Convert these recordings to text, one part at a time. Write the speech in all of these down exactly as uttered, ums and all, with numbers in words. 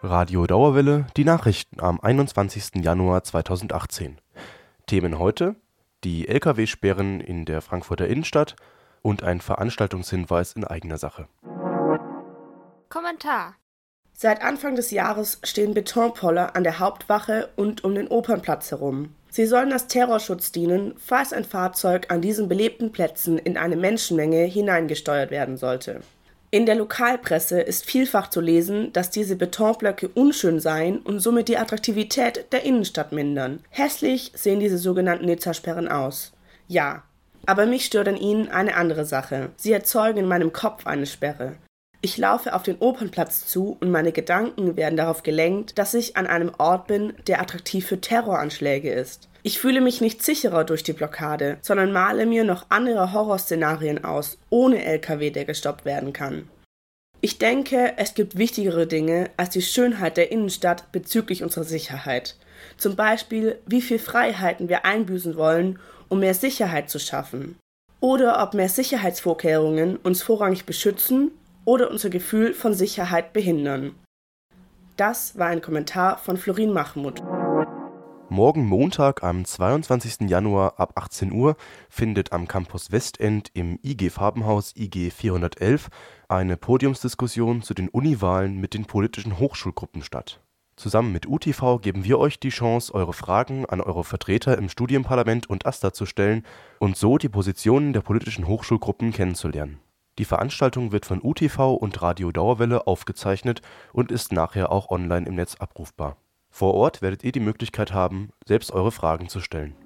Radio Dauerwelle, die Nachrichten am einundzwanzigsten Januar zweitausendachtzehn. Themen heute: die L K W-Sperren in der Frankfurter Innenstadt und ein Veranstaltungshinweis in eigener Sache. Kommentar. Seit Anfang des Jahres stehen Betonpoller an der Hauptwache und um den Opernplatz herum. Sie sollen als Terrorschutz dienen, falls ein Fahrzeug an diesen belebten Plätzen in eine Menschenmenge hineingesteuert werden sollte. In der Lokalpresse ist vielfach zu lesen, dass diese Betonblöcke unschön seien und somit die Attraktivität der Innenstadt mindern. Hässlich sehen diese sogenannten Nizza-Sperren aus. Ja, aber mich stört an ihnen eine andere Sache. Sie erzeugen in meinem Kopf eine Sperre. Ich laufe auf den Opernplatz zu und meine Gedanken werden darauf gelenkt, dass ich an einem Ort bin, der attraktiv für Terroranschläge ist. Ich fühle mich nicht sicherer durch die Blockade, sondern male mir noch andere Horrorszenarien aus, ohne L K W, der gestoppt werden kann. Ich denke, es gibt wichtigere Dinge als die Schönheit der Innenstadt bezüglich unserer Sicherheit. Zum Beispiel, wie viel Freiheiten wir einbüßen wollen, um mehr Sicherheit zu schaffen. Oder ob mehr Sicherheitsvorkehrungen uns vorrangig beschützen oder unser Gefühl von Sicherheit behindern. Das war ein Kommentar von Florin Mahmoud. Morgen Montag, am zweiundzwanzigsten Januar ab achtzehn Uhr, findet am Campus Westend im I G Farbenhaus I G vierhundertelf eine Podiumsdiskussion zu den Uniwahlen mit den politischen Hochschulgruppen statt. Zusammen mit U T V geben wir euch die Chance, eure Fragen an eure Vertreter im Studienparlament und AStA zu stellen und so die Positionen der politischen Hochschulgruppen kennenzulernen. Die Veranstaltung wird von U T V und Radio Dauerwelle aufgezeichnet und ist nachher auch online im Netz abrufbar. Vor Ort werdet ihr die Möglichkeit haben, selbst eure Fragen zu stellen.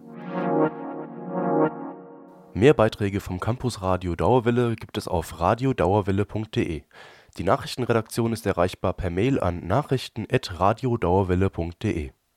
Mehr Beiträge vom Campus Radio Dauerwelle gibt es auf radio dauerwelle punkt de. Die Nachrichtenredaktion ist erreichbar per Mail an nachrichten at radio dauerwelle punkt de.